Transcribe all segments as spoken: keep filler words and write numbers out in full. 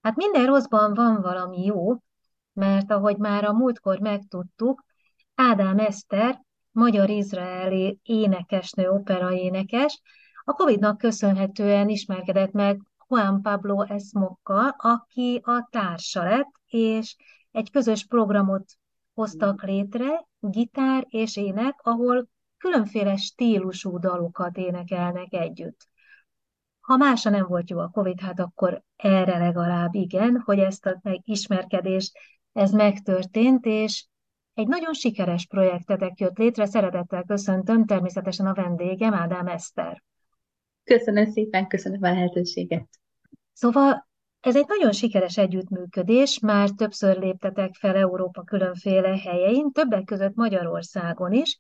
Hát minden rosszban van valami jó, mert ahogy már a múltkor megtudtuk, Ádám Eszter, magyar-izraeli énekesnő, operaénekes, a Covidnak köszönhetően ismerkedett meg Juan Pablo Esmokkal, aki a társa lett, és egy közös programot hoztak létre, gitár és ének, ahol különféle stílusú dalokat énekelnek együtt. Ha másra nem volt jó a Covid, hát akkor erre legalább igen, hogy ezt a ismerkedést, ez megtörtént, és egy nagyon sikeres projektetek jött létre. Szeretettel köszöntöm természetesen a vendégem, Ádám Eszter. Köszönöm szépen, köszönöm a lehetőséget. Szóval ez egy nagyon sikeres együttműködés, már többször léptetek fel Európa különféle helyein, többek között Magyarországon is,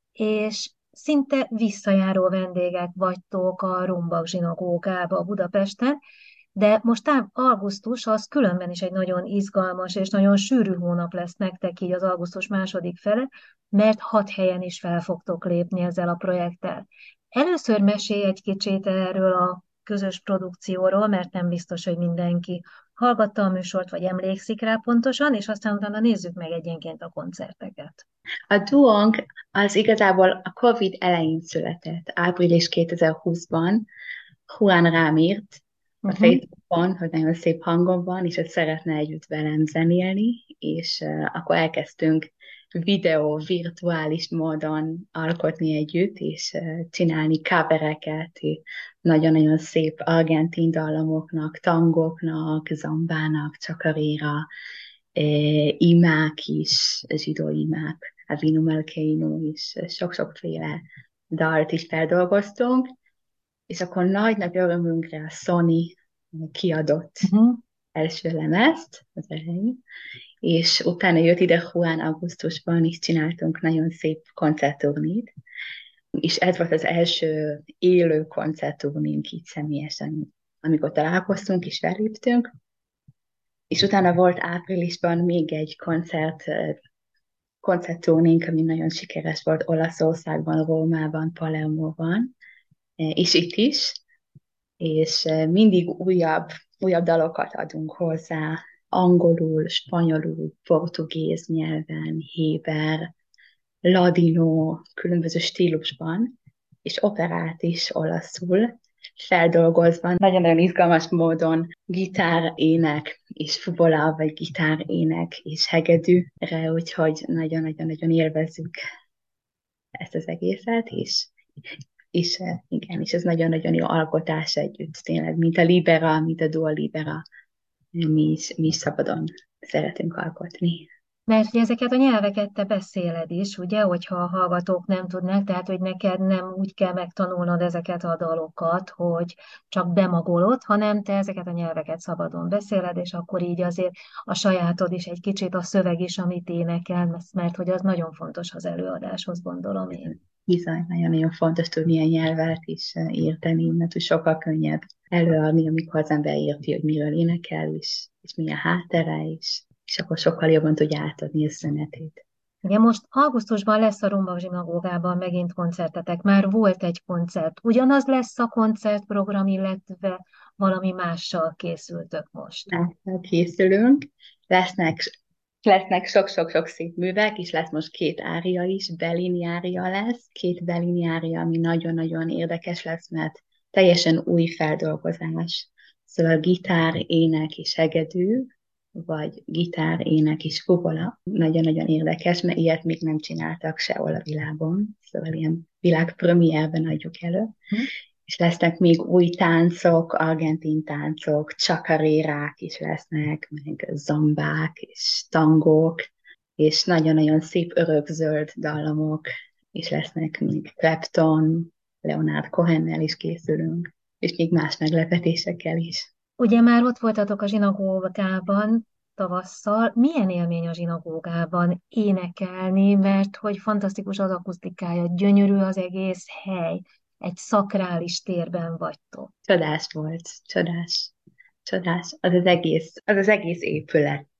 és szinte visszajáró vendégek vagytok a Rumbak zsinagógába Budapesten, de most tám- augusztus az különben is egy nagyon izgalmas és nagyon sűrű hónap lesz nektek így az augusztus második fele, mert hat helyen is fel fogtok lépni ezzel a projekttel. Először mesélj egy kicsit erről a közös produkcióról, mert nem biztos, hogy mindenki hallgatta a műsort, vagy emlékszik rá pontosan, és aztán utána nézzük meg egyenként a koncerteket. A duónk az igazából a Covid elején született, április kétezer-húszban. Juan rám írt a Uh-huh. Facebookon, hogy nagyon szép hangom van, és hogy szeretne együtt velem zenélni, és uh, akkor elkezdtünk videó, virtuális módon alkotni együtt, és uh, csinálni covereket, és nagyon-nagyon szép argentin dallamoknak, tangoknak, zambának, csakaréra, eh, imák is, zsidó imák, Avinu Malkeinu is, sok-sokféle dalt is feldolgoztunk, és akkor nagy nagy örömünkre a Sony kiadott Uh-huh. első lemezt az elején, és utána jött ide Juan augusztusban, és csináltunk nagyon szép koncertturnét, és ez volt az első élő koncertturnénk így személyesen, amikor találkoztunk és feléptünk, és utána volt áprilisban még egy koncert, koncertturnénk, ami nagyon sikeres volt Olaszországban, Rómában, Palermóban, és itt is, és mindig újabb, újabb dalokat adunk hozzá, angolul, spanyolul, portugéz nyelven, héber, ladino, különböző stílusban, és operát is olaszul, feldolgozva, nagyon-nagyon izgalmas módon gitár, ének, és fuvola, vagy gitár, ének, és hegedűre, úgyhogy nagyon-nagyon-nagyon élvezzük ezt az egészet, és és eh, igen, és ez nagyon-nagyon jó alkotás együtt, tényleg, mint a Libera, mint a Dua Libera, mi is, mi is szabadon szeretünk alkotni. Mert ugye ezeket a nyelveket te beszéled is, ugye, hogyha a hallgatók nem tudnak, tehát hogy neked nem úgy kell megtanulnod ezeket a dalokat, hogy csak bemagolod, hanem te ezeket a nyelveket szabadon beszéled, és akkor így azért a sajátod is egy kicsit a szöveg is, amit énekel, mert mert hogy az nagyon fontos az előadáshoz, gondolom én. Bizony, nagyon-nagyon fontos tudni a nyelvet is eh, érteni, mert hogy sokkal könnyebb előadni, amikor az ember érti, hogy miről énekel, és, és mi a háttere, és, és akkor sokkal jobban tudja átadni a üzenetét. Ugye most augusztusban lesz a Rumbak zsinagógában megint koncertetek. Már volt egy koncert. Ugyanaz lesz a koncertprogram, illetve valami mással készültök most. Mással készülünk, lesznek, lesznek sok-sok-sok szép művek, és lesz most két ária is, Bellini ária lesz, két Bellini ária, ami nagyon-nagyon érdekes lesz, mert teljesen új feldolgozás. Szóval gitár, ének és hegedű, vagy gitár, ének és fuvola. Nagyon-nagyon érdekes, mert ilyet még nem csináltak sehol a világon, szóval ilyen világpremiérben adjuk elő, Hm? és lesznek még új táncok, argentin táncok, csakarérák is lesznek, meg zombák és tangók, és nagyon-nagyon szép örökzöld dallamok is lesznek, még Clapton, Leonard Cohennel is készülünk, és még más meglepetésekkel is. Ugye már ott voltatok a zsinagógában tavasszal. Milyen élmény a zsinagógában énekelni, mert hogy fantasztikus az akusztikája, gyönyörű az egész hely, egy szakrális térben vagytok. Csodás volt, csodás, csodás. Az az egész, az az egész épület.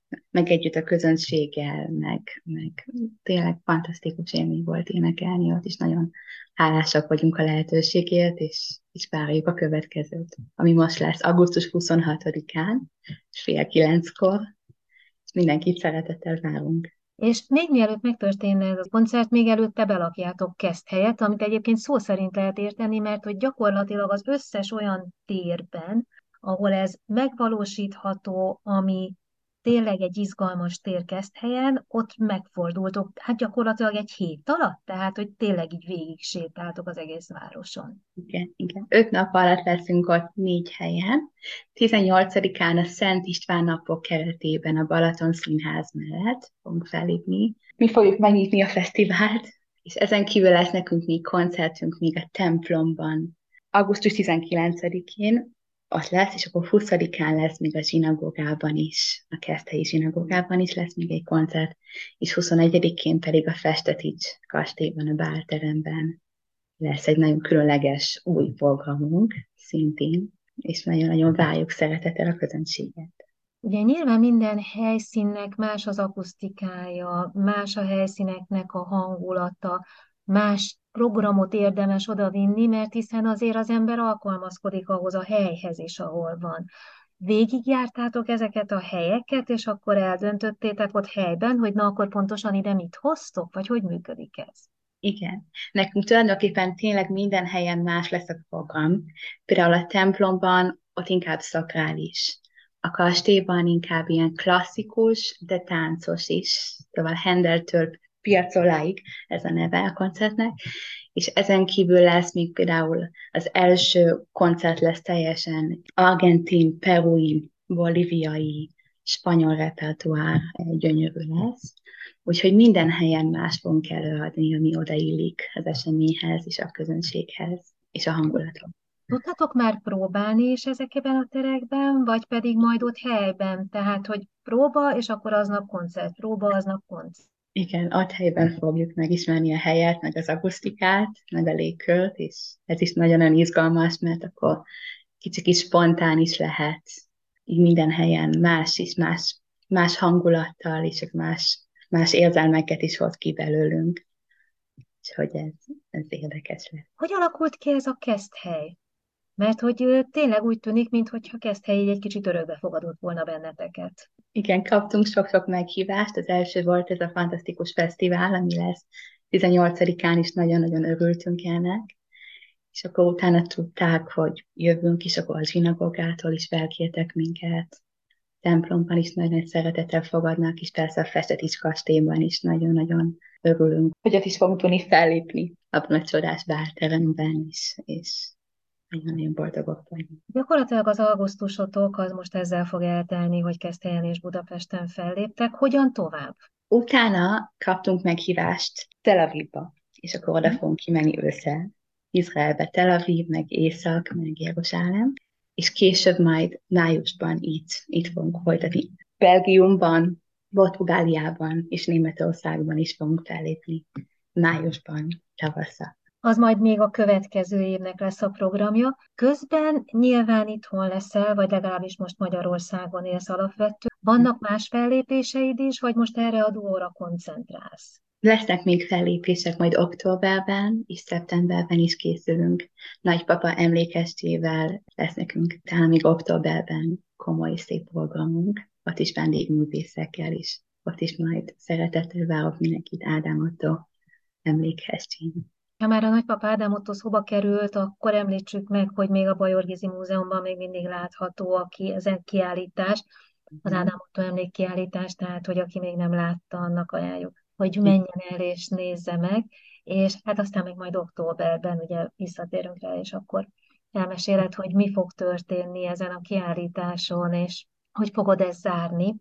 meg együtt a közönséggel, meg, meg tényleg fantasztikus élmény volt énekelni ott, és nagyon hálásak vagyunk a lehetőségért, és, és várjuk a következőt, ami most lesz augusztus huszonhatodikán, fél kilenckor, és mindenkit szeretettel várunk. És még mielőtt megtörténne ez a koncert, még előtte belakjátok Keszthelyet, amit egyébként szó szerint lehet érteni, mert hogy gyakorlatilag az összes olyan térben, ahol ez megvalósítható, ami tényleg egy izgalmas tér Keszthelyen, ott megfordultok, hát gyakorlatilag egy hét alatt, tehát hogy tényleg így végig sétáltok az egész városon. Igen, igen. Öt nap alatt leszünk ott négy helyen. tizennyolcadikán a Szent István napok keretében a Balaton Színház mellett fogunk fellépni. Mi fogjuk megnyitni a fesztivált, és ezen kívül lesz nekünk még koncertünk még a templomban. augusztus tizenkilencedikén ott lesz, és akkor huszadikán lesz még a zsinagógában is, a Keszthelyi zsinagógában is lesz még egy koncert, és huszonegyedikén pedig a Festetics kastélyban, a bálteremben lesz egy nagyon különleges új programunk szintén, és nagyon-nagyon várjuk szeretettel a közönséget. Ugye nyilván minden helyszínnek más az akusztikája, más a helyszíneknek a hangulata, más programot érdemes odavinni, mert hiszen azért az ember alkalmazkodik ahhoz a helyhez is, ahol van. Végigjártátok ezeket a helyeket, és akkor eldöntöttétek ott helyben, hogy na akkor pontosan ide mit hoztok, vagy hogy működik ez? Igen. Nekünk tulajdonképpen tényleg minden helyen más lesz a program. Például a templomban ott inkább szakrális. A kastélyban inkább ilyen klasszikus, de táncos is. Szóval Handeltől Piazzoláig ez a neve a koncertnek. És ezen kívül lesz még például az első koncert lesz teljesen argentin, perui, bolíviai, spanyol repertoár, gyönyörű lesz. Úgyhogy minden helyen más fogunk előadni, ami odaillik az eseményhez és a közönséghez és a hangulatot. Tudtatok már próbálni is ezekben a terekben, vagy pedig majd ott helyben, tehát hogy próba, és akkor aznap koncert, próba, aznap koncert. Igen, ott helyben fogjuk megismerni a helyet, meg az akusztikát, meg a légkört, és ez is nagyon izgalmas, mert akkor kicsit is spontán is lehet, így minden helyen más is, más, más hangulattal, és más, más érzelmeket is hoz ki belőlünk. Úgyhogy ez, ez érdekes lesz. Hogy alakult ki ez a Keszthely? Mert hogy ö, tényleg úgy tűnik, mintha Keszthely így egy kicsit örökbe fogadott volna benneteket. Igen, kaptunk sok-sok meghívást. Az első volt ez a fantasztikus fesztivál, ami lesz tizennyolcadikán is, nagyon-nagyon örültünk ennek. És akkor utána tudták, hogy jövünk is, akkor a zsinagógától is felkértek minket. Templomban is nagyon nagy szeretettel fogadnak, és persze a Festetics kastélyban is nagyon-nagyon örülünk, hogy ott is fogunk tudni fellépni abban a csodás bálteremben is, és nagyon-nagyon boldogok vagyunk. Gyakorlatilag az augusztusotok az most ezzel fog eltelni, hogy Keszthelyen és Budapesten felléptek. Hogyan tovább? Utána kaptunk meghívást Tel Avivba, és akkor oda fogunk kimenni ősszel. Izraelbe, Tel Aviv, meg Észak, meg Jeruzsálem, és később majd májusban itt, itt fogunk folytatni. Belgiumban, Portugáliában és Németországban is fogunk fellépni májusban, tavasszal. Az majd még a következő évnek lesz a programja. Közben nyilván itthon leszel, vagy legalábbis most Magyarországon élsz alapvető. Vannak más fellépéseid is, vagy most erre a duóra koncentrálsz? Lesznek még fellépések, majd októberben és szeptemberben is készülünk. Nagypapa emlékestével lesz nekünk talán még októberben komoly, szép programunk. Ott is vendégművészekkel is. Ott is majd szeretettel várok mindenkit Ádám Ottó emlékestén. Ha már a nagypapa Ádám Ottó szóba került, akkor említsük meg, hogy még a Bajor Gizi Múzeumban még mindig látható a ki, ezen kiállítás, az Mhm. Ádám Ottó emlékkiállítás, tehát hogy aki még nem látta, annak ajánljuk, hogy menjen el és nézze meg, és hát aztán még majd októberben ugye visszatérünk rá, és akkor elmeséled, hogy mi fog történni ezen a kiállításon, és hogy fogod ezt zárni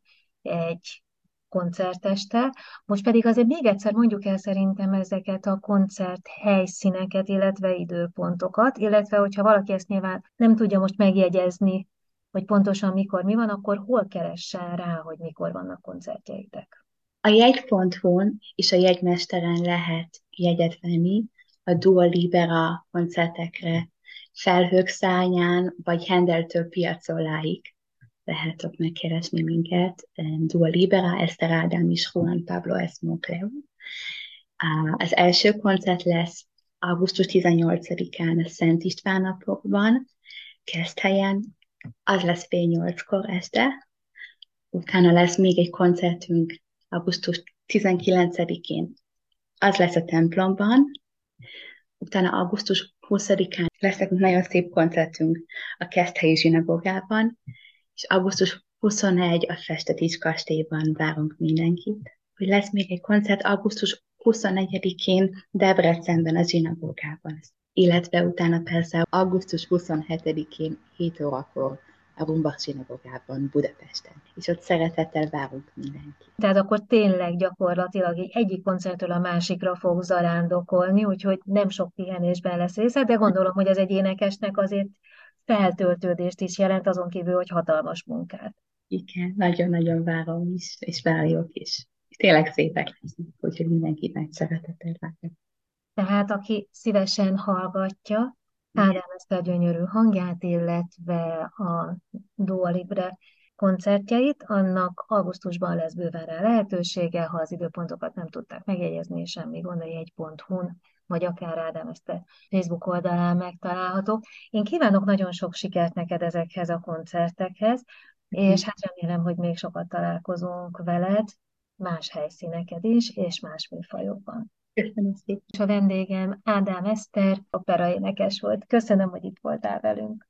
egy koncertesttel. Most pedig azért még egyszer mondjuk el szerintem ezeket a koncert helyszíneket, illetve időpontokat, illetve hogyha valaki ezt nyilván nem tudja most megjegyezni, hogy pontosan mikor mi van, akkor hol keressen rá, hogy mikor vannak koncertjeitek. A jegy pont hu-n és a jegymesteren lehet jegyet venni a Dua Libera koncertekre, Felhők szárnyán vagy Handeltől Piazzoláig lehetok megkeresni minket. Dua Libera, Eszter Ádám és Juan Pablo Esmocleo. Az első koncert lesz augusztus tizennyolcadikán a Szent István napokban, Keszthelyen, az lesz fél nyolckor este. Utána lesz még egy koncertünk augusztus tizenkilencedikén, az lesz a templomban. Utána augusztus huszadikán lesz egy nagyon szép koncertünk a Keszthelyi zsinagógában, és augusztus huszonegyedikén a Festetics kastélyban várunk mindenkit. Hogy lesz még egy koncert augusztus huszonegyedikén Debrecenben a zsinagógában. Illetve utána persze augusztus huszonhetedikén hét órakor a Rumbach zsinagógában Budapesten. És ott szeretettel várunk mindenkit. Tehát akkor tényleg gyakorlatilag egy egyik koncertről a másikra fog zarándokolni, úgyhogy nem sok pihenésben lesz része, de gondolom, hogy ez egy énekesnek azért feltöltődést is jelent, azon kívül, hogy hatalmas munkát. Igen, nagyon-nagyon várom is, és várjuk is. Tényleg szépek lesznek, úgyhogy mindenkit nagy szeretettel várjuk. Tehát aki szívesen hallgatja Ádám Eszter gyönyörű hangját, illetve a Dua Libre koncertjeit, annak augusztusban lesz bőven rá lehetősége, ha az időpontokat nem tudták megjegyezni, semmi gond, a jegy pont hu-n, vagy akár Ádám Eszter Facebook oldalán megtalálható. Én kívánok nagyon sok sikert neked ezekhez a koncertekhez, és hát remélem, hogy még sokat találkozunk veled, más helyszíneken is, és más műfajokban. Köszönöm szépen. És a vendégem Ádám Eszter, operaénekes volt. Köszönöm, hogy itt voltál velünk.